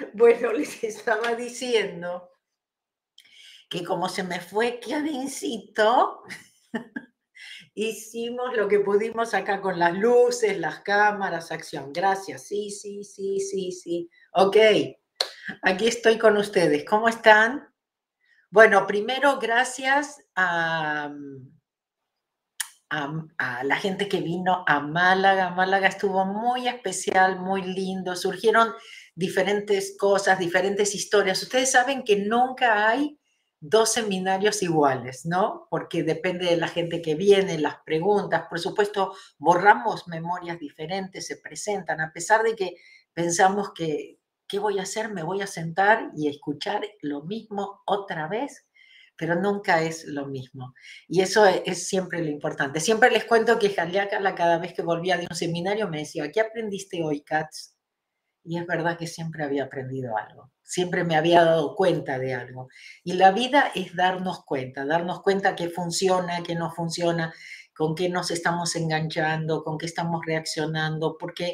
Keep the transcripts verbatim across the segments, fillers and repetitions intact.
Bueno, les estaba diciendo que como se me fue Kevincito, hicimos lo que pudimos acá con las luces, las cámaras, acción. Gracias. Sí, sí, sí, sí, sí. Ok, aquí estoy con ustedes. ¿Cómo están? Bueno, primero gracias a, a, a la gente que vino a Málaga. Málaga estuvo muy especial, muy lindo. Surgieron diferentes cosas, diferentes historias. Ustedes saben que nunca hay dos seminarios iguales, ¿no? Porque depende de la gente que viene, las preguntas. Por supuesto, borramos memorias diferentes, se presentan, a pesar de que pensamos que, ¿qué voy a hacer? Me voy a sentar y escuchar lo mismo otra vez, pero nunca es lo mismo. Y eso es, es siempre lo importante. Siempre les cuento que Jaliácala, cada vez que volvía de un seminario, me decía, ¿qué aprendiste hoy, Katz? Y es verdad que siempre había aprendido algo, siempre me había dado cuenta de algo. Y la vida es darnos cuenta, darnos cuenta qué funciona, qué no funciona, con qué nos estamos enganchando, con qué estamos reaccionando, porque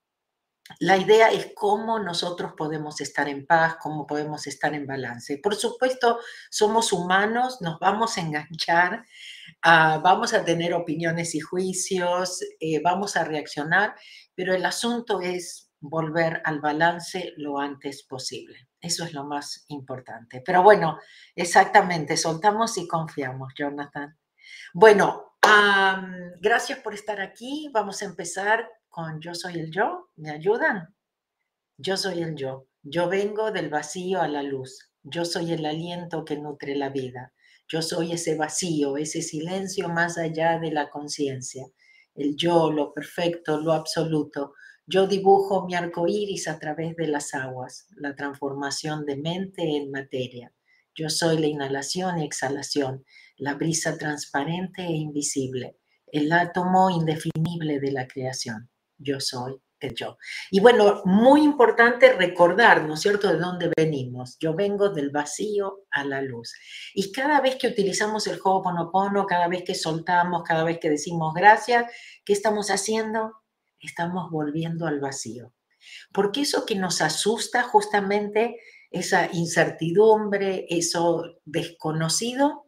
la idea es cómo nosotros podemos estar en paz, cómo podemos estar en balance. Por supuesto, somos humanos, nos vamos a enganchar, uh, vamos a tener opiniones y juicios, eh, vamos a reaccionar, pero el asunto es volver al balance lo antes posible. Eso es lo más importante. Pero bueno, exactamente, soltamos y confiamos, Jonathan. Bueno, um, gracias por estar aquí. Vamos a empezar con Yo soy el yo. ¿Me ayudan? Yo soy el yo. Yo vengo del vacío a la luz. Yo soy el aliento que nutre la vida. Yo soy ese vacío, ese silencio más allá de la conciencia. El yo, lo perfecto, lo absoluto. Yo dibujo mi arco iris a través de las aguas, la transformación de mente en materia. Yo soy la inhalación y exhalación, la brisa transparente e invisible, el átomo indefinible de la creación. Yo soy el yo. Y bueno, muy importante recordar, ¿no es cierto?, de dónde venimos. Yo vengo del vacío a la luz. Y cada vez que utilizamos el Ho'oponopono, cada vez que soltamos, cada vez que decimos gracias, ¿qué estamos haciendo? Estamos volviendo al vacío. Porque eso que nos asusta justamente, esa incertidumbre, eso desconocido,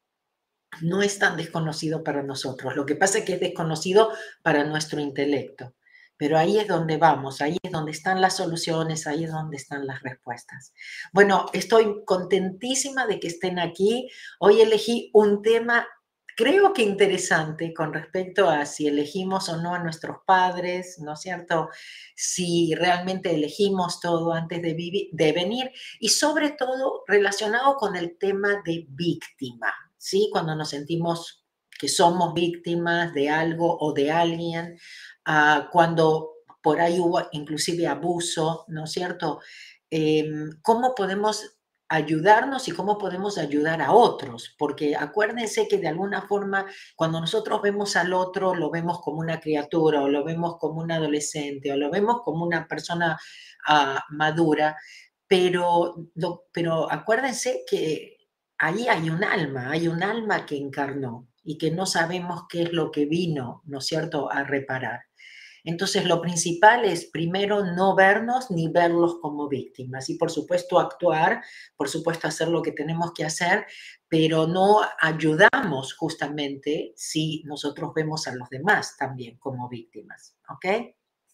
no es tan desconocido para nosotros. Lo que pasa es que es desconocido para nuestro intelecto. Pero ahí es donde vamos, ahí es donde están las soluciones, ahí es donde están las respuestas. Bueno, estoy contentísima de que estén aquí. Hoy elegí un tema, creo que interesante, con respecto a si elegimos o no a nuestros padres, ¿no es cierto? Si realmente elegimos todo antes de, vivir, de venir, y sobre todo relacionado con el tema de víctima, ¿sí? Cuando nos sentimos que somos víctimas de algo o de alguien, uh, cuando por ahí hubo inclusive abuso, ¿no es cierto? Eh, ¿Cómo podemos ayudarnos y cómo podemos ayudar a otros? Porque acuérdense que de alguna forma, cuando nosotros vemos al otro, lo vemos como una criatura, o lo vemos como un adolescente, o lo vemos como una persona uh, madura, pero, lo, pero acuérdense que ahí hay un alma, hay un alma que encarnó y que no sabemos qué es lo que vino, ¿no es cierto?, a reparar. Entonces, lo principal es, primero, no vernos ni verlos como víctimas. Y, por supuesto, actuar, por supuesto, hacer lo que tenemos que hacer, pero no ayudamos justamente si nosotros vemos a los demás también como víctimas, ¿ok?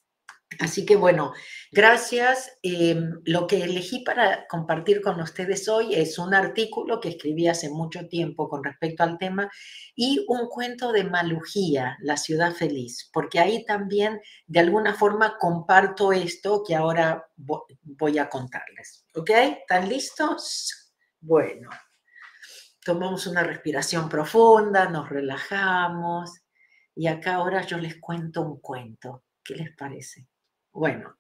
Así que bueno, gracias. Eh, lo que elegí para compartir con ustedes hoy es un artículo que escribí hace mucho tiempo con respecto al tema y un cuento de Malujía, La ciudad feliz, porque ahí también de alguna forma comparto esto que ahora voy a contarles. ¿Ok? ¿Están listos? Bueno, tomamos una respiración profunda, nos relajamos y acá ahora yo les cuento un cuento. ¿Qué les parece? Bueno,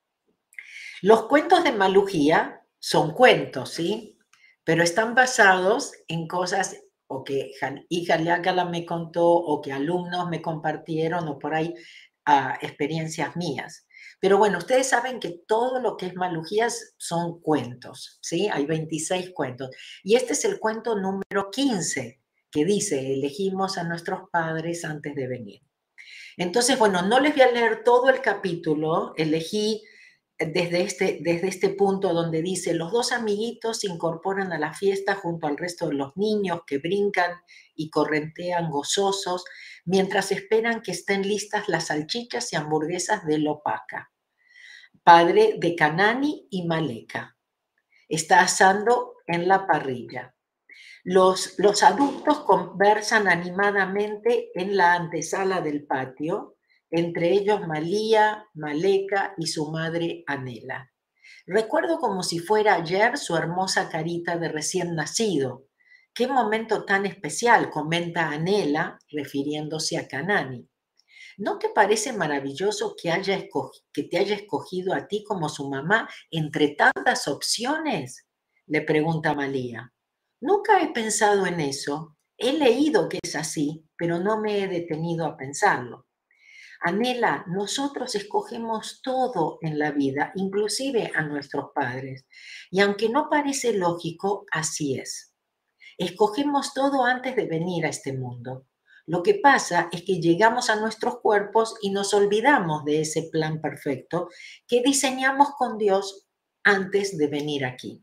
los cuentos de Malujía son cuentos, ¿sí? Pero están basados en cosas o que Jaliácala me contó o que alumnos me compartieron o por ahí uh, experiencias mías. Pero bueno, ustedes saben que todo lo que es Malujía son cuentos, ¿sí? Hay veintiséis cuentos. Y este es el cuento número quince, que dice, elegimos a nuestros padres antes de venir. Entonces, bueno, no les voy a leer todo el capítulo, elegí desde este, desde este punto donde dice, los dos amiguitos se incorporan a la fiesta junto al resto de los niños que brincan y correntean gozosos mientras esperan que estén listas las salchichas y hamburguesas de Lopaca, padre de Kanani y Maleka. Está asando en la parrilla. Los, los adultos conversan animadamente en la antesala del patio, entre ellos Malía, Maleka y su madre Anela. Recuerdo como si fuera ayer su hermosa carita de recién nacido. Qué momento tan especial, comenta Anela, refiriéndose a Kanani. ¿No te parece maravilloso que, haya que te haya escogido a ti como su mamá entre tantas opciones? Le pregunta Malía. Nunca he pensado en eso. He leído que es así, pero no me he detenido a pensarlo. Anela, nosotros escogemos todo en la vida, inclusive a nuestros padres. Y aunque no parece lógico, así es. Escogemos todo antes de venir a este mundo. Lo que pasa es que llegamos a nuestros cuerpos y nos olvidamos de ese plan perfecto que diseñamos con Dios antes de venir aquí.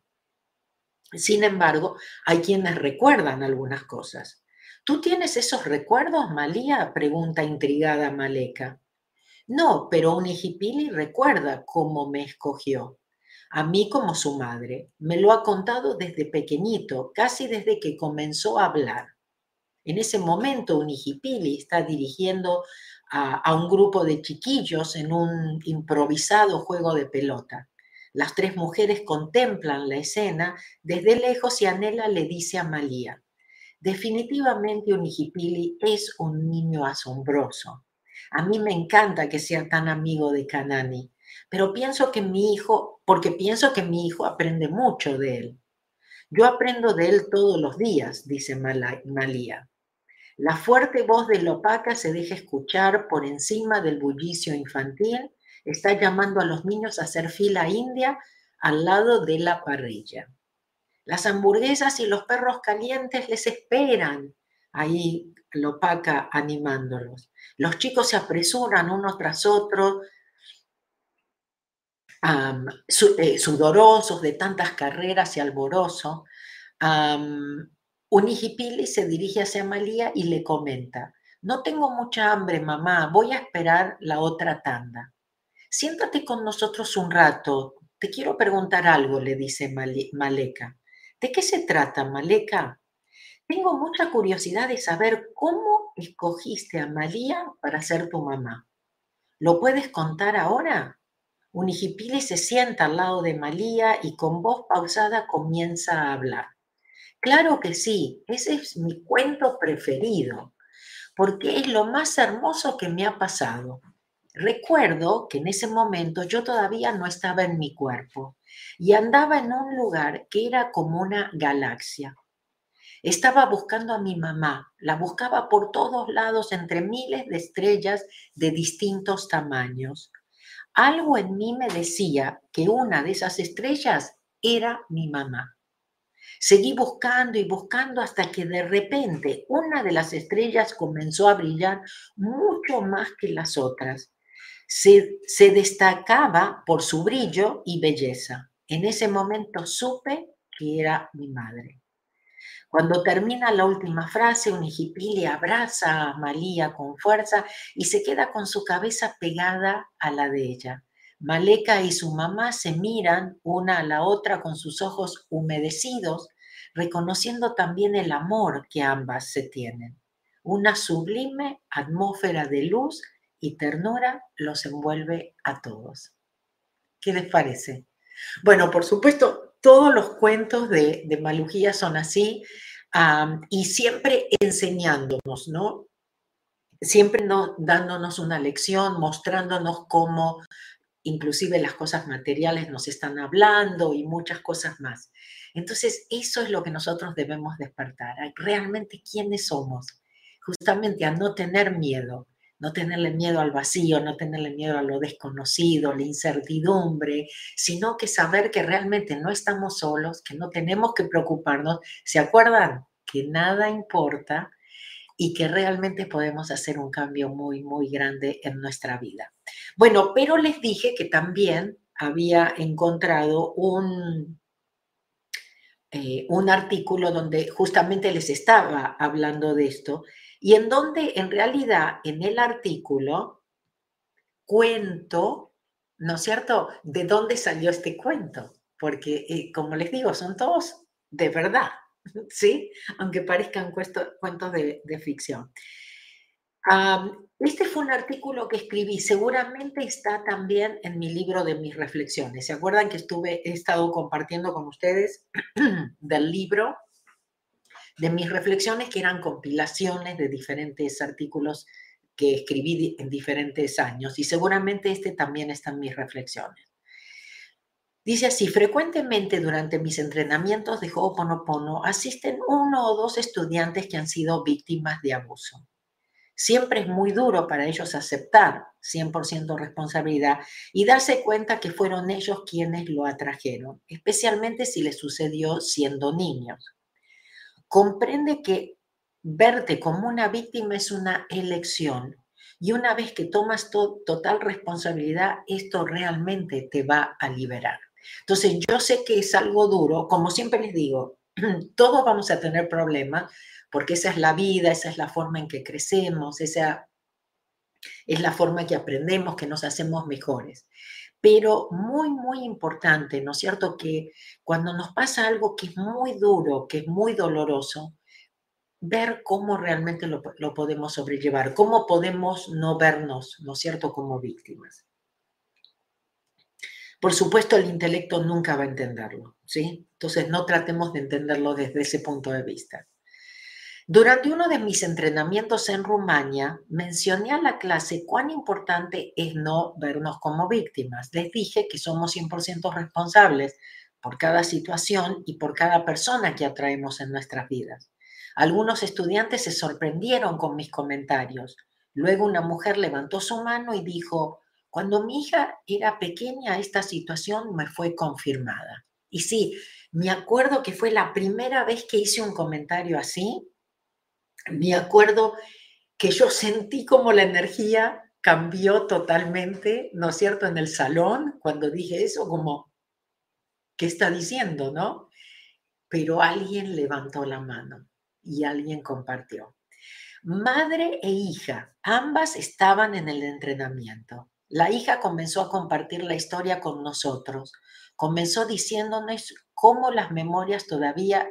Sin embargo, hay quienes recuerdan algunas cosas. ¿Tú tienes esos recuerdos, Malía?, pregunta intrigada Maleka. No, pero Unijipili recuerda cómo me escogió. A mí como su madre. Me lo ha contado desde pequeñito, casi desde que comenzó a hablar. En ese momento, Unijipili está dirigiendo a, a un grupo de chiquillos en un improvisado juego de pelota. Las tres mujeres contemplan la escena desde lejos y Anela le dice a Malía, definitivamente Unijipili es un niño asombroso. A mí me encanta que sea tan amigo de Kanani, pero pienso que mi hijo, porque pienso que mi hijo aprende mucho de él. Yo aprendo de él todos los días, dice Malía. La fuerte voz de Lopaca se deja escuchar por encima del bullicio infantil, está llamando a los niños a hacer fila india al lado de la parrilla. Las hamburguesas y los perros calientes les esperan. Ahí Lopaca animándolos. Los chicos se apresuran unos tras otros, um, sudorosos de tantas carreras y alborozo. Um, Unijipili se dirige hacia Malía y le comenta, no tengo mucha hambre, mamá, voy a esperar la otra tanda. Siéntate con nosotros un rato, te quiero preguntar algo, le dice Maleka. ¿De qué se trata, Maleka? Tengo mucha curiosidad de saber cómo escogiste a Malía para ser tu mamá. ¿Lo puedes contar ahora? Unijipili se sienta al lado de Malía y con voz pausada comienza a hablar. Claro que sí, ese es mi cuento preferido, porque es lo más hermoso que me ha pasado. Recuerdo que en ese momento yo todavía no estaba en mi cuerpo y andaba en un lugar que era como una galaxia. Estaba buscando a mi mamá, la buscaba por todos lados entre miles de estrellas de distintos tamaños. Algo en mí me decía que una de esas estrellas era mi mamá. Seguí buscando y buscando hasta que de repente una de las estrellas comenzó a brillar mucho más que las otras. Se, se destacaba por su brillo y belleza. En ese momento supe que era mi madre. Cuando termina la última frase, Unijipili abraza a Malía con fuerza y se queda con su cabeza pegada a la de ella. Maleka y su mamá se miran una a la otra con sus ojos humedecidos, reconociendo también el amor que ambas se tienen. Una sublime atmósfera de luz y ternura los envuelve a todos. ¿Qué les parece? Bueno, por supuesto, todos los cuentos de, de Malujía son así, um, y siempre enseñándonos, ¿no? Siempre no, dándonos una lección, mostrándonos cómo inclusive las cosas materiales nos están hablando y muchas cosas más. Entonces, eso es lo que nosotros debemos despertar, realmente quiénes somos, justamente a no tener miedo, no tenerle miedo al vacío, no tenerle miedo a lo desconocido, la incertidumbre, sino que saber que realmente no estamos solos, que no tenemos que preocuparnos. ¿Se acuerdan? Que nada importa y que realmente podemos hacer un cambio muy, muy grande en nuestra vida. Bueno, pero les dije que también había encontrado un, eh, un artículo donde justamente les estaba hablando de esto y en donde en realidad en el artículo cuento, ¿no es cierto?, de dónde salió este cuento, porque eh, como les digo, son todos de verdad, ¿sí? Aunque parezcan cuesto- cuentos de, de ficción. Am, este fue un artículo que escribí, seguramente está también en mi libro de mis reflexiones. ¿Se acuerdan que estuve, he estado compartiendo con ustedes del libro de mis reflexiones, que eran compilaciones de diferentes artículos que escribí di- en diferentes años? Y seguramente este también está en mis reflexiones. Dice así: frecuentemente durante mis entrenamientos de Ho'oponopono asisten uno o dos estudiantes que han sido víctimas de abuso. Siempre es muy duro para ellos aceptar cien por ciento responsabilidad y darse cuenta que fueron ellos quienes lo atrajeron, especialmente si les sucedió siendo niños. Comprende que verte como una víctima es una elección y una vez que tomas to total responsabilidad, esto realmente te va a liberar. Entonces, yo sé que es algo duro, como siempre les digo, todos vamos a tener problemas porque esa es la vida, esa es la forma en que crecemos, esa es la forma que aprendemos, que nos hacemos mejores. Pero muy, muy importante, ¿no es cierto?, que cuando nos pasa algo que es muy duro, que es muy doloroso, ver cómo realmente lo, lo podemos sobrellevar, cómo podemos no vernos, ¿no es cierto?, como víctimas. Por supuesto, el intelecto nunca va a entenderlo, ¿sí? Entonces, no tratemos de entenderlo desde ese punto de vista. Durante uno de mis entrenamientos en Rumania, mencioné a la clase cuán importante es no vernos como víctimas. Les dije que somos cien por ciento responsables por cada situación y por cada persona que atraemos en nuestras vidas. Algunos estudiantes se sorprendieron con mis comentarios. Luego una mujer levantó su mano y dijo: cuando mi hija era pequeña, esta situación me fue confirmada. Y sí, me acuerdo que fue la primera vez que hice un comentario así. Me acuerdo que yo sentí como la energía cambió totalmente, ¿no es cierto?, en el salón, cuando dije eso, como, ¿qué está diciendo, no? Pero alguien levantó la mano y alguien compartió. Madre e hija, ambas estaban en el entrenamiento. La hija comenzó a compartir la historia con nosotros. Comenzó diciéndonos cómo las memorias todavía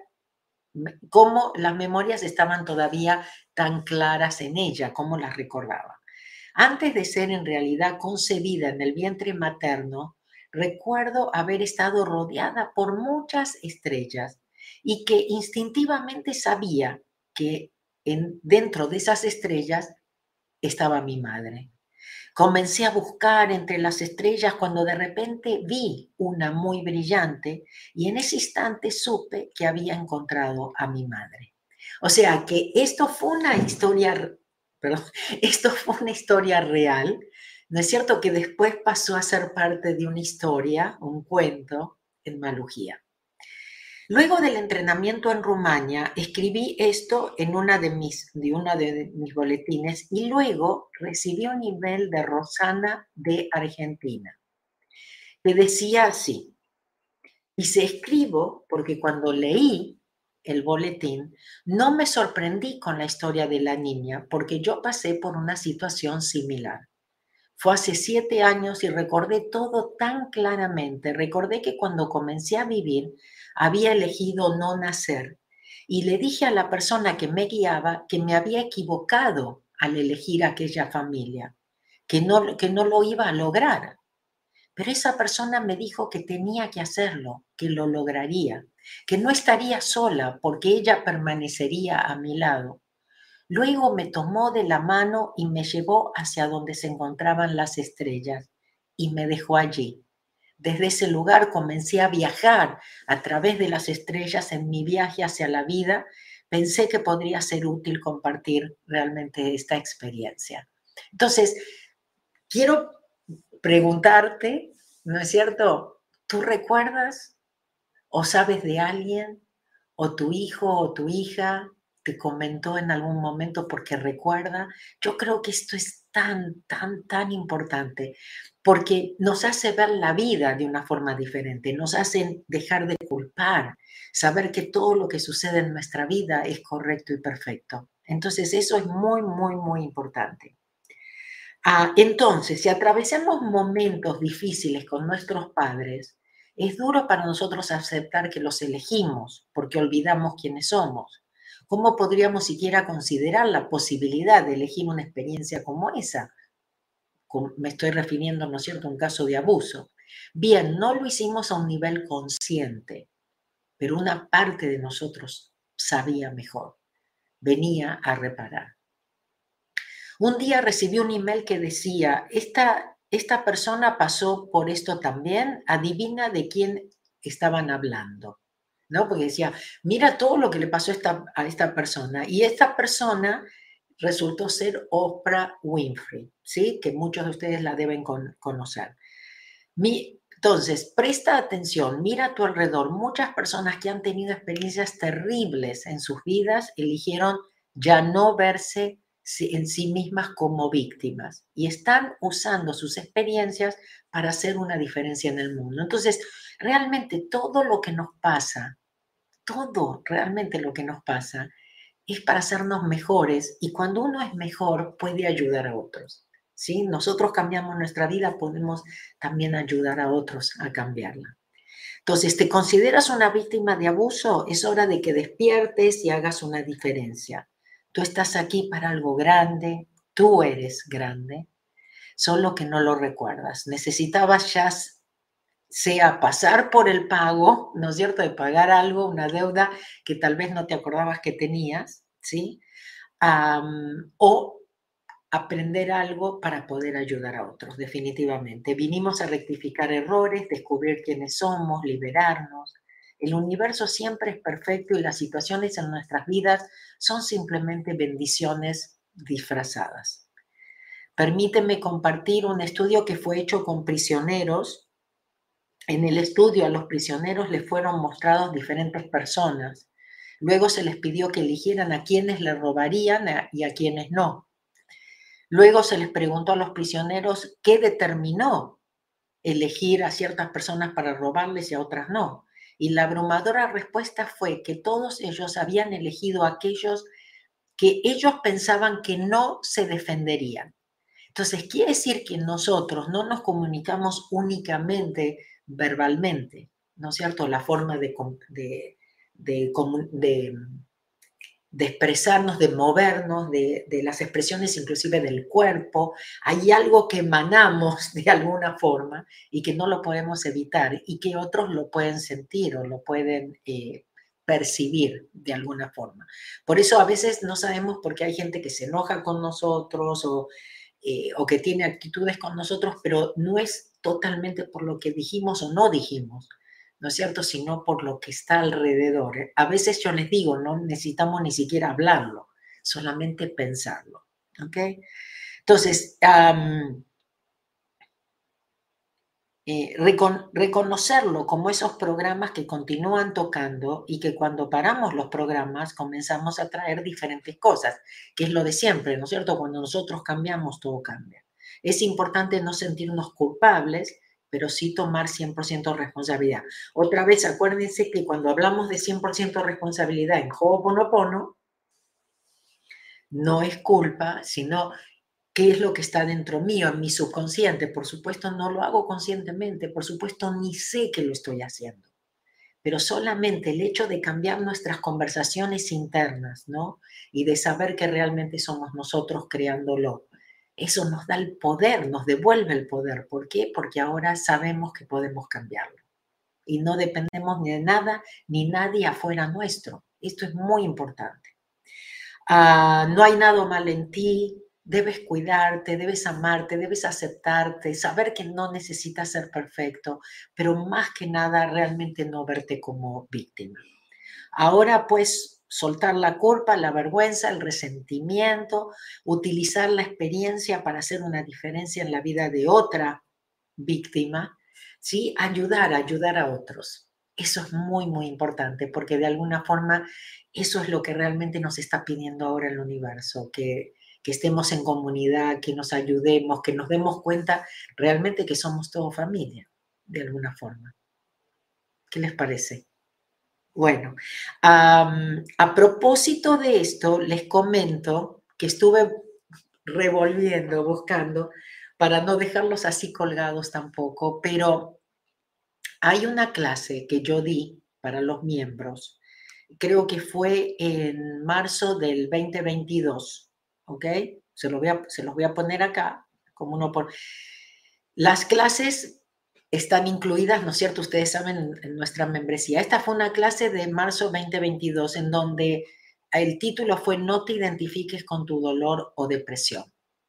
cómo las memorias estaban todavía tan claras en ella, cómo las recordaba. Antes de ser en realidad concebida en el vientre materno, recuerdo haber estado rodeada por muchas estrellas y que instintivamente sabía que en, dentro de esas estrellas estaba mi madre. Comencé a buscar entre las estrellas cuando de repente vi una muy brillante y en ese instante supe que había encontrado a mi madre. O sea que esto fue una historia, perdón, esto fue una historia real, ¿no es cierto?, que después pasó a ser parte de una historia, un cuento en Malujía. Luego del entrenamiento en Rumania, escribí esto en una de mis, de una de mis boletines y luego recibí un email de Rosana de Argentina que decía así, y se escribo porque cuando leí el boletín no me sorprendí con la historia de la niña porque yo pasé por una situación similar. Fue hace siete años y recordé todo tan claramente. Recordé que cuando comencé a vivir había elegido no nacer y le dije a la persona que me guiaba que me había equivocado al elegir aquella familia, que no, que no lo iba a lograr. Pero esa persona me dijo que tenía que hacerlo, que lo lograría, que no estaría sola porque ella permanecería a mi lado. Luego me tomó de la mano y me llevó hacia donde se encontraban las estrellas y me dejó allí. Desde ese lugar comencé a viajar a través de las estrellas en mi viaje hacia la vida. Pensé que podría ser útil compartir realmente esta experiencia. Entonces, quiero preguntarte, ¿no es cierto? ¿Tú recuerdas o sabes de alguien o tu hijo o tu hija te comentó en algún momento porque recuerda? Yo creo que esto es tan, tan, tan importante porque nos hace ver la vida de una forma diferente, nos hace dejar de culpar, saber que todo lo que sucede en nuestra vida es correcto y perfecto. Entonces, eso es muy, muy, muy importante. Ah, entonces, si atravesamos momentos difíciles con nuestros padres, es duro para nosotros aceptar que los elegimos porque olvidamos quiénes somos. ¿Cómo podríamos siquiera considerar la posibilidad de elegir una experiencia como esa? Me estoy refiriendo, ¿no es cierto?, a un caso de abuso. Bien, no lo hicimos a un nivel consciente, pero una parte de nosotros sabía mejor, venía a reparar. Un día recibí un email que decía, esta, esta persona pasó por esto también, adivina de quién estaban hablando, ¿no? Porque decía, mira todo lo que le pasó a esta, a esta persona, y esta persona resultó ser Oprah Winfrey, ¿sí? Que muchos de ustedes la deben con, conocer. Mi, entonces, presta atención, mira a tu alrededor. Muchas personas que han tenido experiencias terribles en sus vidas eligieron ya no verse en sí mismas como víctimas y están usando sus experiencias para hacer una diferencia en el mundo. Entonces, realmente todo lo que nos pasa, todo realmente lo que nos pasa es para hacernos mejores y cuando uno es mejor puede ayudar a otros. ¿Sí? Nosotros cambiamos nuestra vida, podemos también ayudar a otros a cambiarla. Entonces, ¿te consideras una víctima de abuso? Es hora de que despiertes y hagas una diferencia. Tú estás aquí para algo grande, tú eres grande, solo que no lo recuerdas. Necesitabas ya sea pasar por el pago, ¿no es cierto?, de pagar algo, una deuda que tal vez no te acordabas que tenías, ¿sí? Um, o aprender algo para poder ayudar a otros, definitivamente. Vinimos a rectificar errores, descubrir quiénes somos, liberarnos. El universo siempre es perfecto y las situaciones en nuestras vidas son simplemente bendiciones disfrazadas. Permíteme compartir un estudio que fue hecho con prisioneros. En el estudio a los prisioneros les fueron mostrados diferentes personas. Luego se les pidió que eligieran a quienes le robarían y a quienes no. Luego se les preguntó a los prisioneros qué determinó elegir a ciertas personas para robarles y a otras no. Y la abrumadora respuesta fue que todos ellos habían elegido a aquellos que ellos pensaban que no se defenderían. Entonces, quiere decir que nosotros no nos comunicamos únicamente verbalmente, ¿no es cierto? La forma de, de, de, de de expresarnos, de movernos, de, de las expresiones inclusive del cuerpo. Hay algo que emanamos de alguna forma y que no lo podemos evitar y que otros lo pueden sentir o lo pueden eh, percibir de alguna forma. Por eso a veces no sabemos por qué hay gente que se enoja con nosotros o, eh, o que tiene actitudes con nosotros, pero no es totalmente por lo que dijimos o no dijimos, ¿no es cierto?, sino por lo que está alrededor. A veces yo les digo, no necesitamos ni siquiera hablarlo, solamente pensarlo, ¿ok? Entonces, um, eh, recon reconocerlo como esos programas que continúan tocando y que cuando paramos los programas comenzamos a traer diferentes cosas, que es lo de siempre, ¿no es cierto? Cuando nosotros cambiamos, todo cambia. Es importante no sentirnos culpables, pero sí tomar cien por ciento responsabilidad. Otra vez, acuérdense que cuando hablamos de cien por ciento responsabilidad en Ho'oponopono, no es culpa, sino qué es lo que está dentro mío, en mi subconsciente. Por supuesto, no lo hago conscientemente, por supuesto, ni sé que lo estoy haciendo. Pero solamente el hecho de cambiar nuestras conversaciones internas, ¿no? Y de saber que realmente somos nosotros creándolo. Eso nos da el poder, nos devuelve el poder. ¿Por qué? Porque ahora sabemos que podemos cambiarlo. Y no dependemos ni de nada ni nadie afuera nuestro. Esto es muy importante. Uh, no hay nada mal en ti, debes cuidarte, debes amarte, debes aceptarte, saber que no necesitas ser perfecto, pero más que nada realmente no verte como víctima. Ahora pues soltar la culpa, la vergüenza, el resentimiento, utilizar la experiencia para hacer una diferencia en la vida de otra víctima, ¿sí? Ayudar, ayudar a otros. Eso es muy, muy importante porque de alguna forma eso es lo que realmente nos está pidiendo ahora el universo, que, que estemos en comunidad, que nos ayudemos, que nos demos cuenta realmente que somos todos familia, de alguna forma. ¿Qué les parece? Bueno, am, a propósito de esto, les comento que estuve revolviendo, buscando, para no dejarlos así colgados tampoco, pero hay una clase que yo di para los miembros, creo que fue en marzo del veinte veintidós, ¿ok? Se, lo voy a, se los voy a poner acá, como uno por... Las clases están incluidas, ¿no es cierto? Ustedes saben, en, en nuestra membresía. Esta fue una clase de marzo veinte veintidós en donde el título fue No te identifiques con tu dolor o depresión,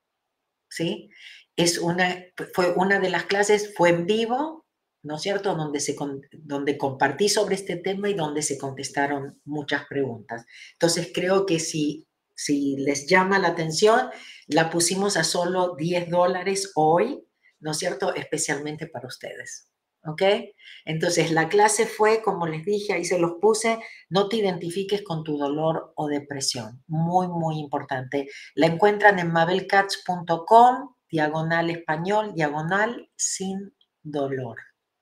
¿sí? Es una, fue una de las clases, fue en vivo, ¿no es cierto? Donde, se, donde compartí sobre este tema y donde se contestaron muchas preguntas. Entonces creo que si, si les llama la atención, la pusimos a solo diez dólares hoy, ¿no es cierto? Especialmente para ustedes. ¿Ok? Entonces la clase fue, como les dije, ahí se los puse, no te identifiques con tu dolor o depresión. Muy, muy importante. La encuentran en mabelcats punto com, diagonal español, diagonal sin dolor.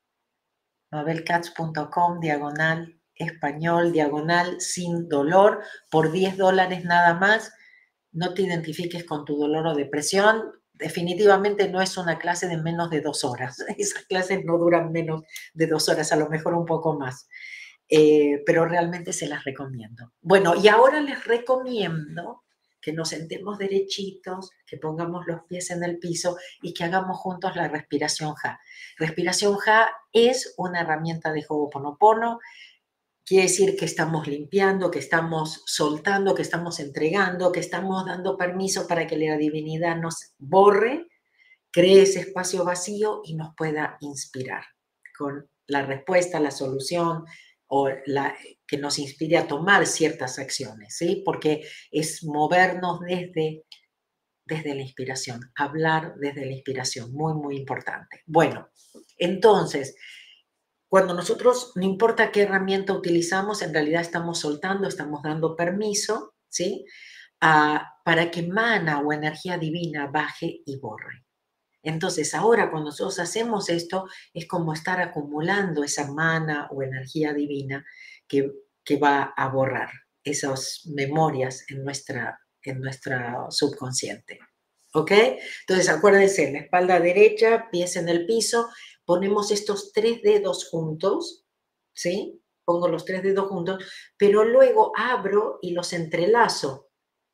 mabelcats punto com, diagonal español, diagonal sin dolor, por diez dólares nada más. No te identifiques con tu dolor o depresión. Definitivamente no es una clase de menos de dos horas. Esas clases no duran menos de dos horas, a lo mejor un poco más. Eh, pero realmente se las recomiendo. Bueno, y ahora les recomiendo que nos sentemos derechitos, que pongamos los pies en el piso y que hagamos juntos la respiración H A. Respiración H A es una herramienta de Ho'oponopono. Quiere decir que estamos limpiando, que estamos soltando, que estamos entregando, que estamos dando permiso para que la divinidad nos borre, cree ese espacio vacío y nos pueda inspirar con la respuesta, la solución o la, que nos inspire a tomar ciertas acciones, ¿sí? Porque es movernos desde, desde la inspiración, hablar desde la inspiración, muy, muy importante. Bueno, entonces, cuando nosotros, no importa qué herramienta utilizamos, en realidad estamos soltando, estamos dando permiso, ¿sí? Ah, para que mana o energía divina baje y borre. Entonces, ahora cuando nosotros hacemos esto, es como estar acumulando esa mana o energía divina que, que va a borrar esas memorias en nuestra, en nuestra subconsciente. ¿Ok? Entonces, acuérdense, la espalda derecha, pies en el piso, ponemos estos tres dedos juntos, ¿sí? Pongo los tres dedos juntos, pero luego abro y los entrelazo.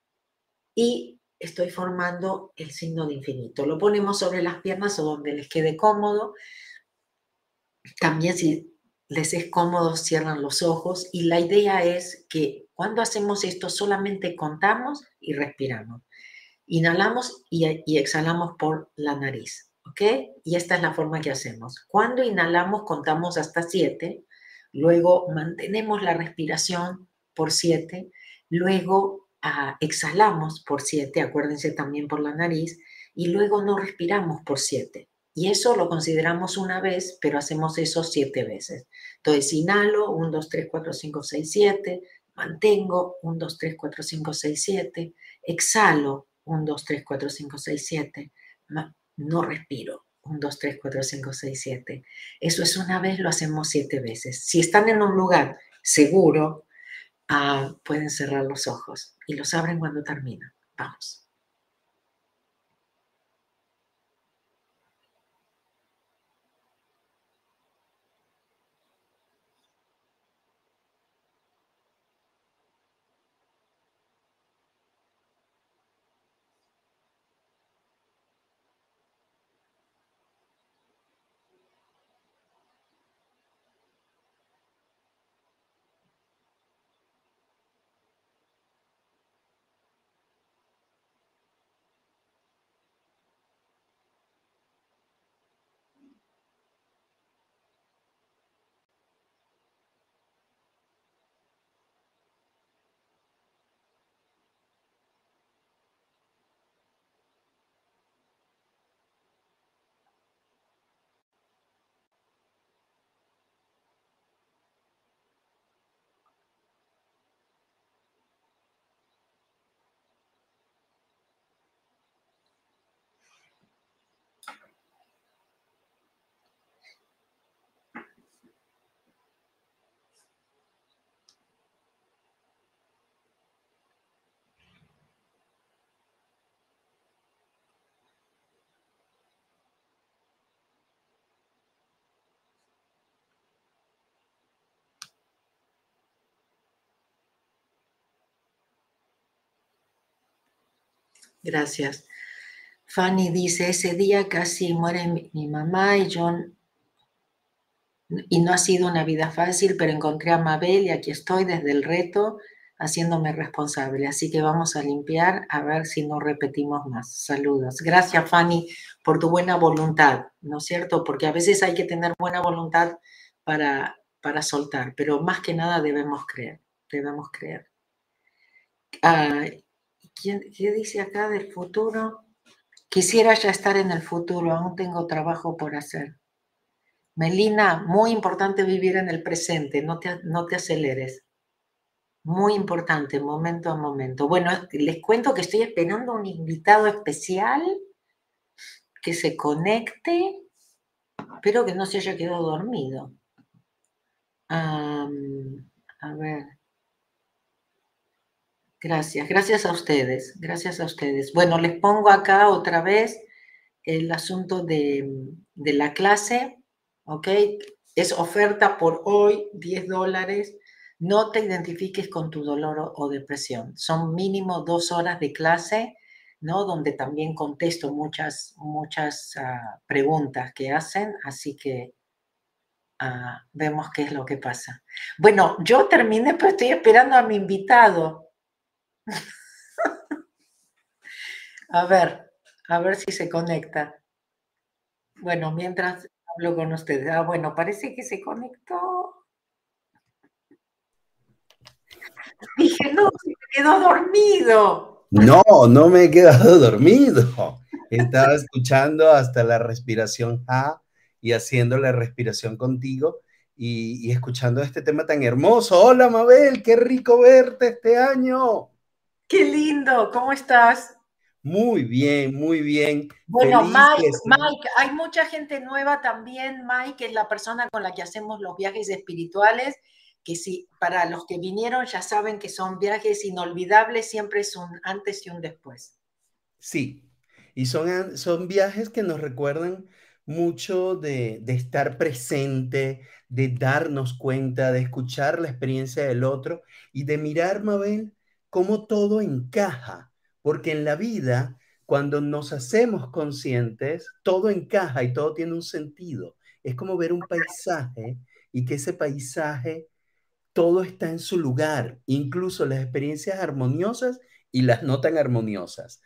Y estoy formando el signo de infinito. Lo ponemos sobre las piernas o donde les quede cómodo. También si les es cómodo, cierran los ojos. Y la idea es que cuando hacemos esto solamente contamos y respiramos. Inhalamos y, y exhalamos por la nariz. ¿Ok? Y esta es la forma que hacemos. Cuando inhalamos contamos hasta siete. Luego mantenemos la respiración por siete. Luego Uh, exhalamos por siete, acuérdense también por la nariz, y luego no respiramos por siete. Y eso lo consideramos una vez, pero hacemos eso siete veces. Entonces, inhalo, uno, dos, tres, cuatro, cinco, seis, siete, mantengo, uno, dos, tres, cuatro, cinco, seis, siete, exhalo, uno, dos, tres, cuatro, cinco, seis, siete, no respiro, uno, dos, tres, cuatro, cinco, seis, siete. Eso es una vez, lo hacemos siete veces. Si están en un lugar seguro, Uh, pueden cerrar los ojos y los abren cuando terminan. Vamos. Gracias. Fanny dice, ese día casi muere mi, mi mamá y yo, y no ha sido una vida fácil, pero encontré a Mabel y aquí estoy desde el reto haciéndome responsable. Así que vamos a limpiar a ver si no repetimos más. Saludos. Gracias, Fanny, por tu buena voluntad, ¿no es cierto? Porque a veces hay que tener buena voluntad para, para soltar, pero más que nada debemos creer, debemos creer. Ah, ¿quién, ¿Qué dice acá del futuro? Quisiera ya estar en el futuro, aún tengo trabajo por hacer. Melina, muy importante vivir en el presente, no te, no te aceleres. Muy importante, momento a momento. Bueno, les cuento que estoy esperando un invitado especial que se conecte. Espero que no se haya quedado dormido. Um, a ver. Gracias, gracias a ustedes, gracias a ustedes. Bueno, les pongo acá otra vez el asunto de, de la clase, ¿ok? Es oferta por hoy, diez dólares. No te identifiques con tu dolor o, o depresión. Son mínimo dos horas de clase, ¿no? Donde también contesto muchas, muchas uh, preguntas que hacen, así que uh, vemos qué es lo que pasa. Bueno, yo terminé, pero estoy esperando a mi invitado. A ver, a ver si se conecta. Bueno, mientras hablo con ustedes. Ah, bueno, parece que se conectó. Dije, no, se me quedó dormido. No, no me he quedado dormido. Estaba escuchando hasta la respiración A y haciendo la respiración contigo y, y escuchando este tema tan hermoso. Hola, Mabel, qué rico verte este año. Qué lindo, ¿cómo estás? Muy bien, muy bien. Bueno, Feliz Mike, de estar. Mike, hay mucha gente nueva también. Mike es la persona con la que hacemos los viajes espirituales, que sí, para los que vinieron ya saben que son viajes inolvidables, siempre es un antes y un después. Sí, y son, son viajes que nos recuerdan mucho de, de estar presente, de darnos cuenta, de escuchar la experiencia del otro y de mirar, Mabel, cómo todo encaja, porque en la vida, cuando nos hacemos conscientes, todo encaja y todo tiene un sentido. Es como ver un paisaje y que ese paisaje, todo está en su lugar, incluso las experiencias armoniosas y las no tan armoniosas,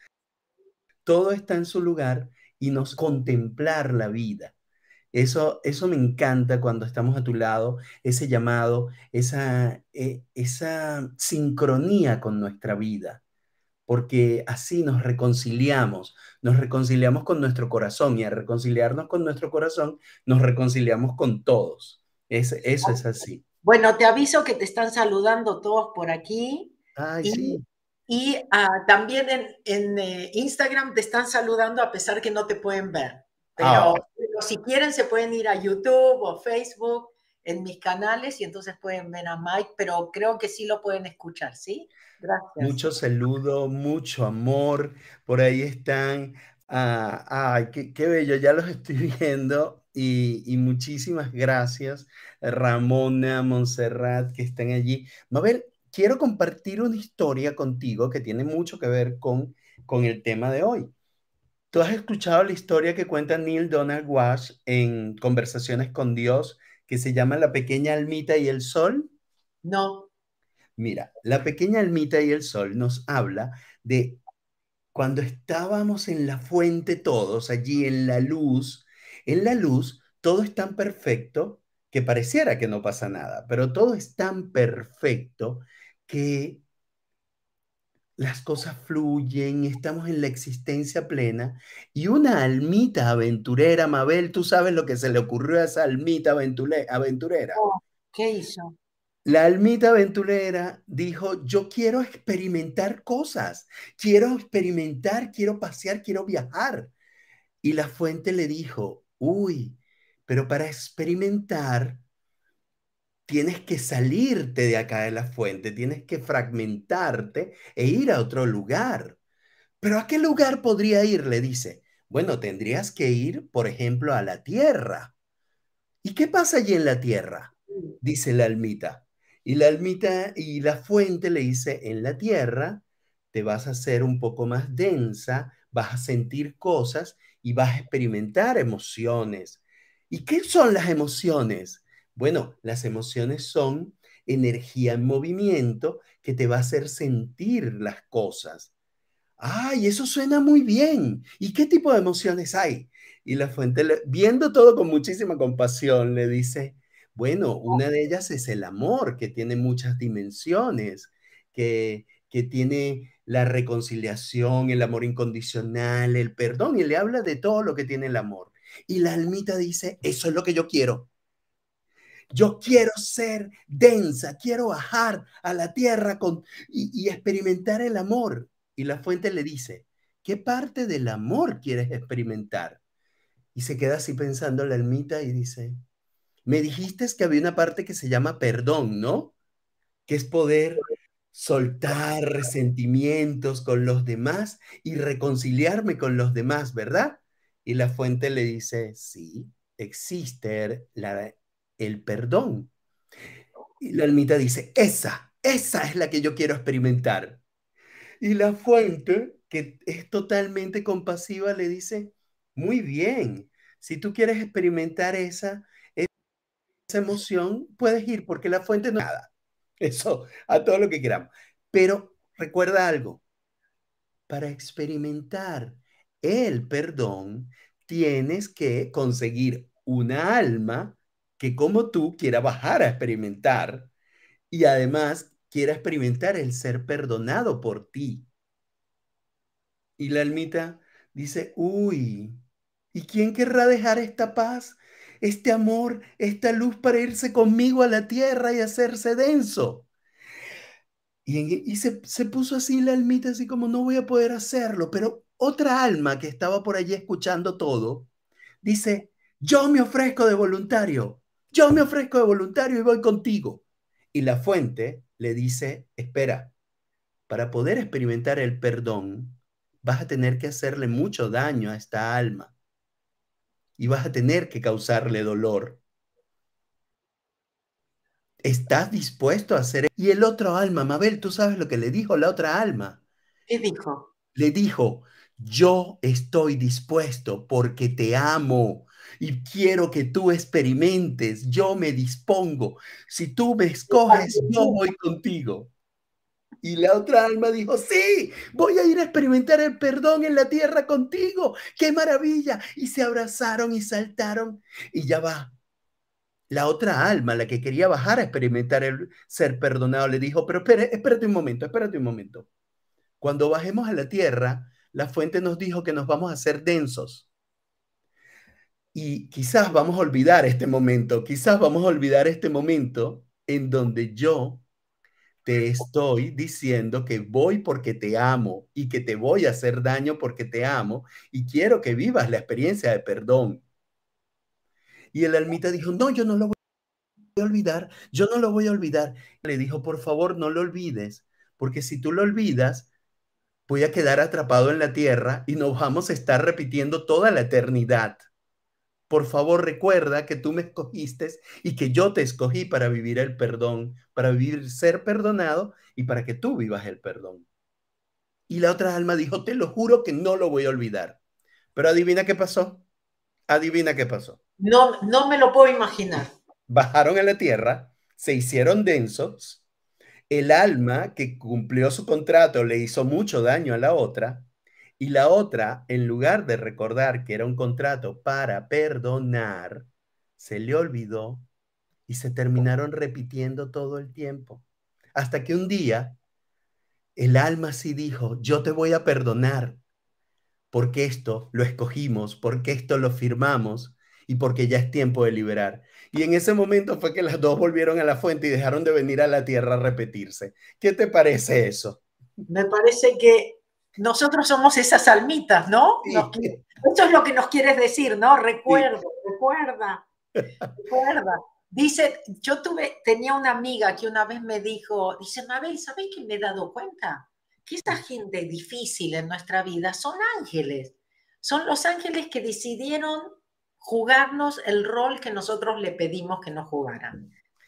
todo está en su lugar y nos contemplar la vida. Eso, eso me encanta cuando estamos a tu lado, ese llamado, esa, eh, esa sincronía con nuestra vida, porque así nos reconciliamos, nos reconciliamos con nuestro corazón y al reconciliarnos con nuestro corazón, nos reconciliamos con todos. Es, eso es así. Bueno, te aviso que te están saludando todos por aquí Ay, y, sí. y uh, también en, en eh, Instagram te están saludando a pesar que no te pueden ver. Pero, Ah, pero si quieren se pueden ir a YouTube o Facebook en mis canales y entonces pueden ver a Mike, pero creo que sí lo pueden escuchar, ¿sí? Gracias. mucho saludo, mucho amor. Por ahí están. Ah, ay, qué, qué bello, ya los estoy viendo. Y, y muchísimas gracias, Ramona, Montserrat, que están allí. Mabel, quiero compartir una historia contigo que tiene mucho que ver con, con el tema de hoy. ¿Tú has escuchado la historia que cuenta Neil Donald Walsh en Conversaciones con Dios, que se llama La pequeña almita y el sol? No, Mira, la pequeña almita y el sol nos habla de cuando estábamos en la fuente todos, allí en la luz. En la luz todo es tan perfecto que pareciera que no pasa nada, pero todo es tan perfecto que las cosas fluyen, estamos en la existencia plena y una almita aventurera, Mabel, tú sabes lo que se le ocurrió a esa almita aventule- aventurera. no. ¿Qué hizo? La almita aventurera dijo, yo quiero experimentar cosas, quiero experimentar, quiero pasear, quiero viajar. Y la fuente le dijo, uy, pero para experimentar tienes que salirte de acá de la fuente, tienes que fragmentarte e ir a otro lugar. ¿Pero a qué lugar podría ir? Le dice. Bueno, tendrías que ir, por ejemplo, a la Tierra. ¿Y qué pasa allí en la Tierra? Dice la almita. Y la almita y la fuente le dice, en la Tierra te vas a hacer un poco más densa, vas a sentir cosas y vas a experimentar emociones. ¿Y qué son las emociones? Bueno, las emociones son energía en movimiento que te va a hacer sentir las cosas. ¡Ay, eso suena muy bien! ¿Y qué tipo de emociones hay? Y la fuente, le- viendo todo con muchísima compasión, le dice, bueno, una de ellas es el amor, que tiene muchas dimensiones, que, que tiene la reconciliación, el amor incondicional, el perdón, y le habla de todo lo que tiene el amor. Y la almita dice, eso es lo que yo quiero. Yo quiero ser densa, quiero bajar a la tierra con, y, y experimentar el amor. Y la fuente le dice, ¿qué parte del amor quieres experimentar? Y se queda así pensando la almita y dice, me dijiste que había una parte que se llama perdón, ¿no? Que es poder soltar resentimientos con los demás y reconciliarme con los demás, ¿verdad? Y la fuente le dice, sí, existe la, el perdón. Y la almita dice, esa, esa es la que yo quiero experimentar. Y la fuente, que es totalmente compasiva, le dice, muy bien, si tú quieres experimentar esa, esa emoción, puedes ir porque la fuente no es nada. Eso, a todo lo que queramos. Pero recuerda algo, para experimentar el perdón, tienes que conseguir una alma que como tú quiera bajar a experimentar y además quiera experimentar el ser perdonado por ti. Y la almita dice, uy, ¿y quién querrá dejar esta paz, este amor, esta luz para irse conmigo a la tierra y hacerse denso? Y, en- y se, se puso así la almita, así como no voy a poder hacerlo, pero otra alma que estaba por allí escuchando todo, dice, yo me ofrezco de voluntario, yo me ofrezco de voluntario y voy contigo. Y la fuente le dice, espera, para poder experimentar el perdón, vas a tener que hacerle mucho daño a esta alma y vas a tener que causarle dolor. ¿Estás dispuesto a hacer? Y el otro alma, Mabel, ¿tú sabes lo que le dijo la otra alma? ¿Qué dijo? Le dijo, yo estoy dispuesto porque te amo y quiero que tú experimentes, yo me dispongo. Si tú me escoges, yo voy contigo. Y la otra alma dijo, sí, voy a ir a experimentar el perdón en la tierra contigo. ¡Qué maravilla! Y se abrazaron y saltaron. Y ya va. La otra alma, la que quería bajar a experimentar el ser perdonado, le dijo, pero espérate, espérate un momento, espérate un momento. Cuando bajemos a la tierra, la fuente nos dijo que nos vamos a hacer densos. Y quizás vamos a olvidar este momento, quizás vamos a olvidar este momento en donde yo te estoy diciendo que voy porque te amo y que te voy a hacer daño porque te amo y quiero que vivas la experiencia de perdón. Y el almita dijo, no, yo no lo voy a olvidar, yo no lo voy a olvidar. Le dijo, por favor, no lo olvides, porque si tú lo olvidas, voy a quedar atrapado en la tierra y nos vamos a estar repitiendo toda la eternidad. Por favor, recuerda que tú me escogiste y que yo te escogí para vivir el perdón, para vivir ser perdonado y para que tú vivas el perdón. Y la otra alma dijo, te lo juro que no lo voy a olvidar. Pero adivina qué pasó. Adivina qué pasó. No, no me lo puedo imaginar. Bajaron a la tierra, se hicieron densos. El alma que cumplió su contrato le hizo mucho daño a la otra. Y la otra, en lugar de recordar que era un contrato para perdonar, se le olvidó y se terminaron repitiendo todo el tiempo. Hasta que un día el alma sí dijo, yo te voy a perdonar porque esto lo escogimos, porque esto lo firmamos y porque ya es tiempo de liberar. Y en ese momento fue que las dos volvieron a la fuente y dejaron de venir a la tierra a repetirse. ¿Qué te parece eso? Me parece que nosotros somos esas almitas, ¿no? Nos, Sí, eso es lo que nos quieres decir, ¿no? sí. Recuerda, recuerda, recuerda. Dice, yo tuve, tenía una amiga que una vez me dijo, dice, Mabel, ¿sabes qué me he dado cuenta? Que esta gente difícil en nuestra vida son ángeles. Son los ángeles que decidieron jugarnos el rol que nosotros le pedimos que nos jugaran.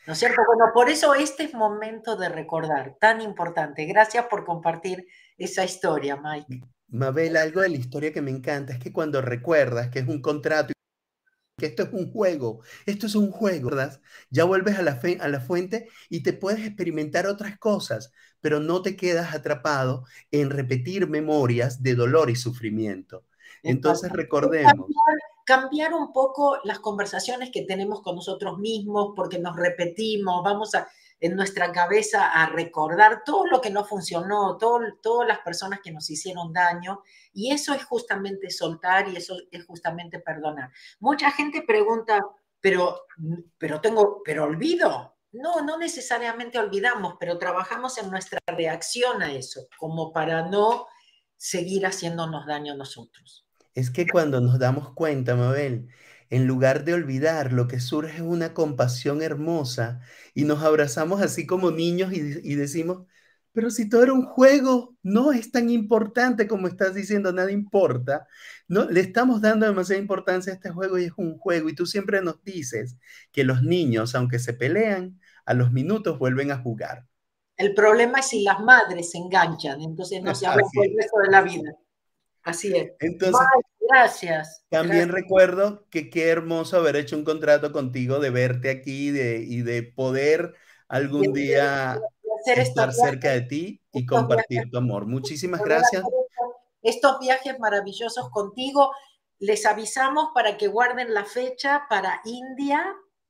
¿No es cierto? Bueno, por eso este es momento de recordar, tan importante. Gracias por compartir esa historia, Mike. Mabel, algo de la historia que me encanta es que cuando recuerdas que es un contrato, que esto es un juego, esto es un juego, ¿verdad? Ya vuelves a la, fe, a la fuente y te puedes experimentar otras cosas, pero no te quedas atrapado en repetir memorias de dolor y sufrimiento. Entonces Exacto. recordemos. Cambiar, cambiar un poco las conversaciones que tenemos con nosotros mismos, porque nos repetimos, vamos a, en nuestra cabeza a recordar todo lo que no funcionó, todo, todas las personas que nos hicieron daño, y eso es justamente soltar y eso es justamente perdonar. Mucha gente pregunta, pero, pero tengo, pero olvido. No, no necesariamente olvidamos, pero trabajamos en nuestra reacción a eso, como para no seguir haciéndonos daño a nosotros. Es que cuando nos damos cuenta, Mabel, en lugar de olvidar, lo que surge es una compasión hermosa y nos abrazamos así como niños y, y decimos, pero si todo era un juego, no es tan importante como estás diciendo, nada importa. No, le estamos dando demasiada importancia a este juego y es un juego. Y tú siempre nos dices que los niños, aunque se pelean, a los minutos vuelven a jugar. El problema es si las madres se enganchan, entonces no se hablan Así por el es. resto de la vida. Así es. Entonces, Bye, gracias. también Gracias. recuerdo que qué hermoso haber hecho un contrato contigo, de verte aquí de, y de poder De, algún de, día de hacer estos estar cerca viajes, de ti y estos viajes, compartir tu amor. Muchísimas poder gracias. hacer estos, estos viajes maravillosos contigo. Les avisamos para que guarden la fecha para India.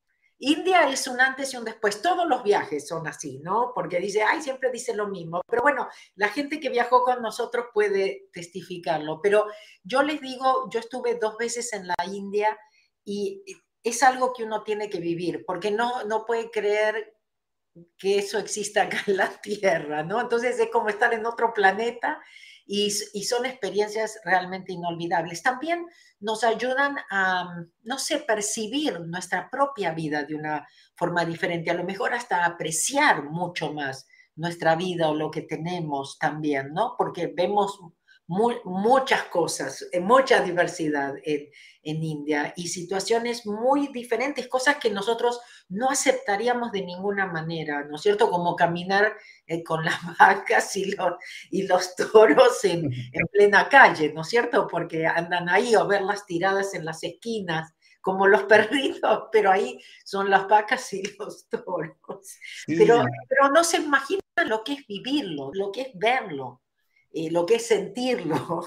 India es un antes y un después. Todos los viajes son así, ¿no? Porque dice, ay, siempre dice lo mismo. Pero bueno, la gente que viajó con nosotros puede testificarlo. Pero yo les digo, yo estuve dos veces en la India y es algo que uno tiene que vivir, porque no, no puede creer que eso exista acá en la Tierra, ¿no? Entonces es como estar en otro planeta y, y son experiencias realmente inolvidables. También nos ayudan a, no sé, percibir nuestra propia vida de una forma diferente, a lo mejor hasta apreciar mucho más nuestra vida o lo que tenemos también, ¿no? Porque vemos muy, muchas cosas, mucha diversidad en, en India y situaciones muy diferentes, cosas que nosotros no aceptaríamos de ninguna manera, ¿no es cierto? Como caminar eh, con las vacas y los, y los toros en, en plena calle, ¿no es cierto? Porque andan ahí o verlas tiradas en las esquinas como los perritos, pero ahí son las vacas y los toros. Pero, Sí, pero no se imaginan lo que es vivirlo, lo que es verlo, eh, lo que es sentirlo.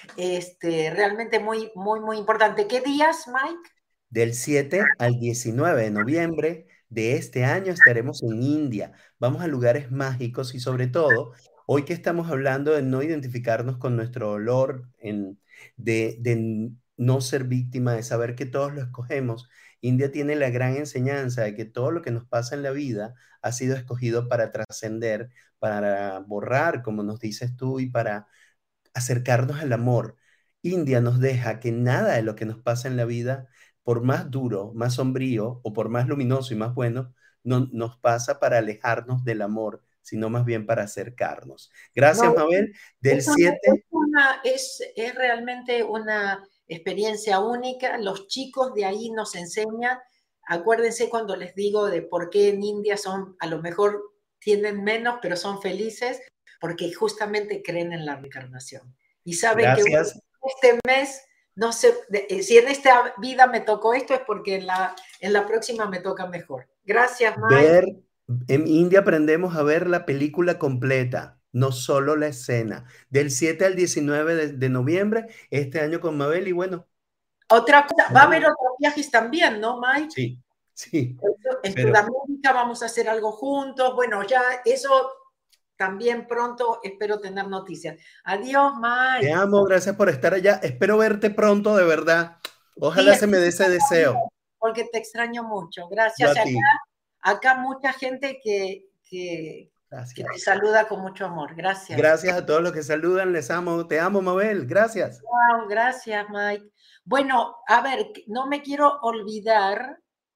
Este, realmente muy, muy, muy importante. ¿Qué días, Mike? del siete al diecinueve de noviembre de este año estaremos en India. Vamos a lugares mágicos y sobre todo, hoy que estamos hablando de no identificarnos con nuestro dolor, en, de, de no ser víctima, de saber que todos lo escogemos, India tiene la gran enseñanza de que todo lo que nos pasa en la vida ha sido escogido para trascender, para borrar, como nos dices tú, y para acercarnos al amor. India nos deja que nada de lo que nos pasa en la vida, por más duro, más sombrío o por más luminoso y más bueno, no, nos pasa para alejarnos del amor, sino más bien para acercarnos. Gracias, No, Mabel. Del es, una, es, siete, una, es, es realmente una experiencia única. Los chicos de ahí nos enseñan. Acuérdense cuando les digo de por qué en India son, a lo mejor tienen menos, pero son felices, porque justamente creen en la reencarnación. Y saben que gracias. este mes, no sé, si en esta vida me tocó esto, es porque en la, en la próxima me toca mejor. Gracias, Mike. Ver, en India aprendemos a ver la película completa, no solo la escena. Del siete al diecinueve de, de noviembre, este año con Mabel y bueno. Otra cosa, va a haber otros viajes también, ¿no, Mike? Sí, sí, En pero Sudamérica vamos a hacer algo juntos. Bueno, ya eso también pronto espero tener noticias. Adiós, te Mike. amo, gracias por estar allá. Espero verte pronto, de verdad. Sí, Ojalá se me dé espero ese deseo. porque te extraño mucho. Yo Gracias. a Acá, ti. acá mucha gente que, que, que te Gracias. saluda con mucho amor. Gracias. Gracias a todos los que saludan. Les amo. Te amo, Mabel. Gracias. Wow, gracias, Mike. Bueno, a ver, no me quiero olvidar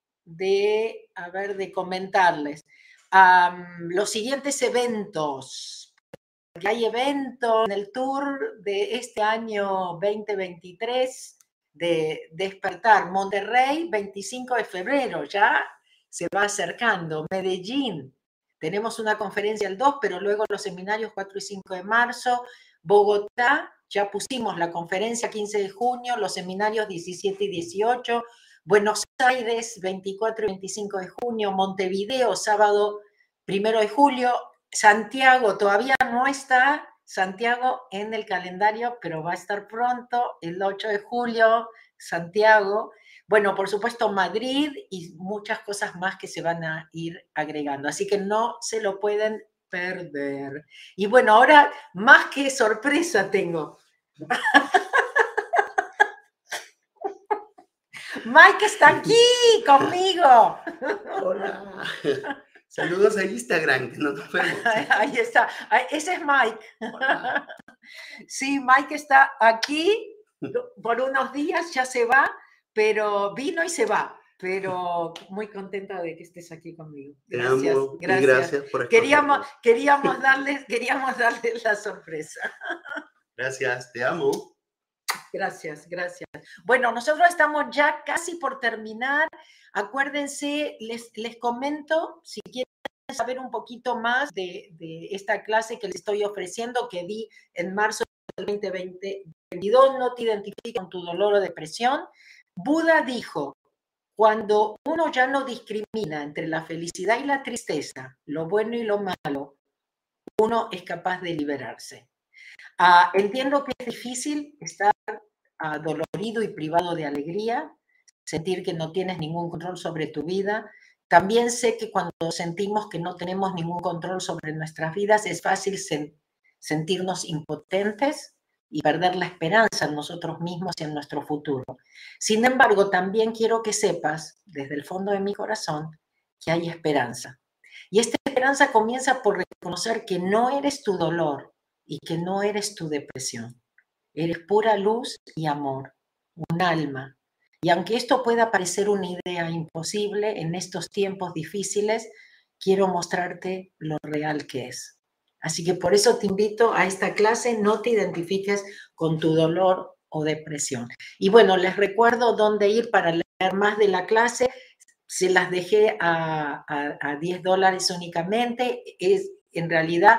de, a ver, de comentarles um, los siguientes eventos. Hay eventos en el tour de este año veinte veintitrés de Despertar Monterrey, veinticinco de febrero, ya se va acercando. Medellín, tenemos una conferencia el dos, pero luego los seminarios cuatro y cinco de marzo. Bogotá, ya pusimos la conferencia quince de junio, los seminarios diecisiete y dieciocho. Buenos Aires, veinticuatro y veinticinco de junio. Montevideo, sábado primero de julio. Santiago, todavía no está Santiago en el calendario, pero va a estar pronto, el ocho de julio, Santiago. Bueno, por supuesto, Madrid y muchas cosas más que se van a ir agregando. Así que no se lo pueden perder. Y bueno, ahora más que sorpresa tengo. Mike está aquí conmigo. Hola. Saludos a Instagram, que no nos vemos. Ahí está. Ese es Mike. Hola. Sí, Mike está aquí por unos días, ya se va, pero vino y se va. Pero muy contenta de que estés aquí conmigo. Gracias, Te amo gracias. Y gracias por queríamos, queríamos, darles, queríamos darles la sorpresa. Gracias, te amo. Gracias, gracias. Bueno, nosotros estamos ya casi por terminar. Acuérdense, les, les comento, si quieren saber un poquito más de, de esta clase que les estoy ofreciendo, que di en marzo del veinte veintidós, no te identifiques con tu dolor o depresión. Buda dijo, cuando uno ya no discrimina entre la felicidad y la tristeza, lo bueno y lo malo, uno es capaz de liberarse. Uh, entiendo que es difícil estar uh, dolorido y privado de alegría, sentir que no tienes ningún control sobre tu vida. También sé que cuando sentimos que no tenemos ningún control sobre nuestras vidas, es fácil sen sentirnos impotentes y perder la esperanza en nosotros mismos y en nuestro futuro. Sin embargo, también quiero que sepas, desde el fondo de mi corazón, que hay esperanza. Y esta esperanza comienza por reconocer que no eres tu dolor y que no eres tu depresión. Eres pura luz y amor, un alma. Y aunque esto pueda parecer una idea imposible en estos tiempos difíciles, quiero mostrarte lo real que es. Así que por eso te invito a esta clase, no te identifiques con tu dolor o depresión. Y bueno, les recuerdo dónde ir para leer más de la clase. Se las dejé a, a, a diez dólares únicamente. Es, en realidad,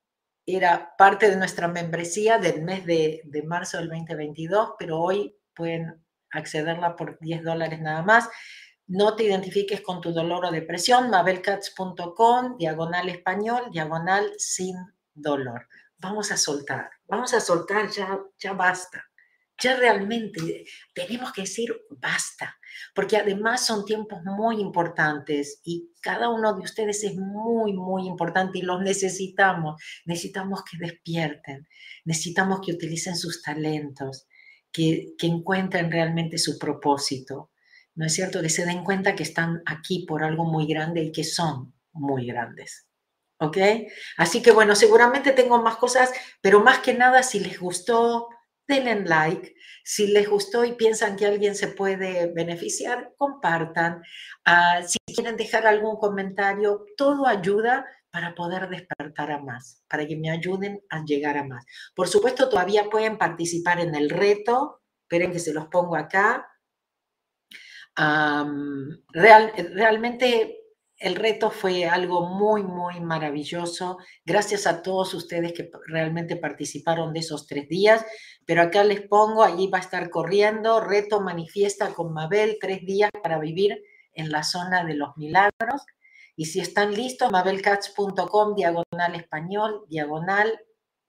era parte de nuestra membresía del mes de, de marzo del veinte veintidós, pero hoy pueden accederla por diez dólares nada más. No te identifiques con tu dolor o depresión, mabel katz punto com, diagonal español, diagonal sin dolor. Vamos a soltar, vamos a soltar, ya, ya basta. Ya realmente tenemos que decir basta, porque además son tiempos muy importantes y cada uno de ustedes es muy, muy importante y los necesitamos. Necesitamos que despierten, necesitamos que utilicen sus talentos, que, que encuentren realmente su propósito. ¿No es cierto? Que se den cuenta que están aquí por algo muy grande y que son muy grandes. ¿Ok? Así que bueno, seguramente tengo más cosas, pero más que nada, si les gustó, denle like. Si les gustó y piensan que alguien se puede beneficiar, compartan. Uh, si quieren dejar algún comentario, todo ayuda para poder despertar a más, para que me ayuden a llegar a más. Por supuesto, todavía pueden participar en el reto. Esperen que se los pongo acá. Um, real, realmente el reto fue algo muy, muy maravilloso. Gracias a todos ustedes que realmente participaron de esos tres días. Pero acá les pongo, allí va a estar corriendo, reto manifiesta con Mabel, tres días para vivir en la zona de los milagros. Y si están listos, mabel katz punto com, diagonal español, diagonal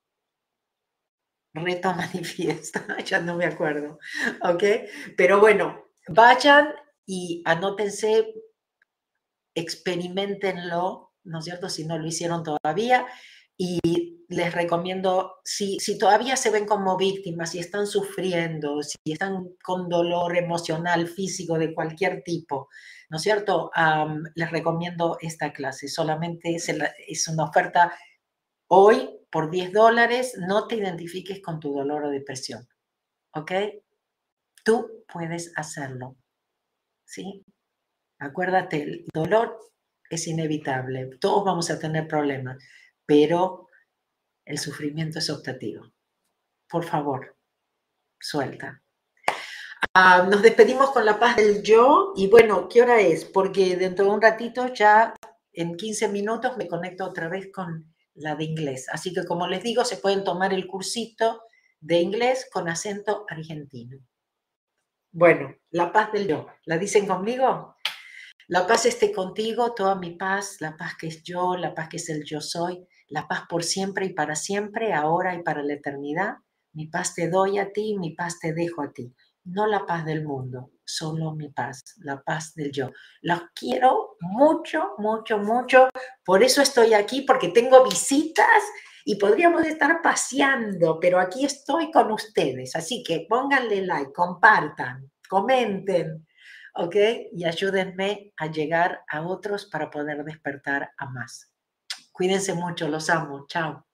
reto manifiesta. Ya no me acuerdo. ¿Ok? Pero bueno, vayan y anótense, experimentenlo, ¿no es cierto? Si no lo hicieron todavía. Y les recomiendo, si, si todavía se ven como víctimas, si están sufriendo, si están con dolor emocional, físico, de cualquier tipo, ¿no es cierto? Um, les recomiendo esta clase. Solamente es, el, es una oferta hoy por diez dólares. No te identifiques con tu dolor o depresión. ¿Ok? Tú puedes hacerlo. ¿Sí? Acuérdate, el dolor es inevitable, todos vamos a tener problemas, pero el sufrimiento es optativo. Por favor, suelta. Ah, nos despedimos con la paz del yo y bueno, ¿qué hora es? Porque dentro de un ratito ya en quince minutos me conecto otra vez con la de inglés. Así que como les digo, se pueden tomar el cursito de inglés con acento argentino. Bueno, la paz del yo. ¿La dicen conmigo? La paz esté contigo, toda mi paz, la paz que es yo, la paz que es el yo soy, la paz por siempre y para siempre, ahora y para la eternidad. Mi paz te doy a ti, mi paz te dejo a ti. No la paz del mundo, solo mi paz, la paz del yo. Los quiero mucho, mucho, mucho. Por eso estoy aquí, porque tengo visitas y podríamos estar paseando, pero aquí estoy con ustedes. Así que pónganle like, compartan, comenten. ¿Ok? Y ayúdenme a llegar a otros para poder despertar a más. Cuídense mucho, los amo. Chao.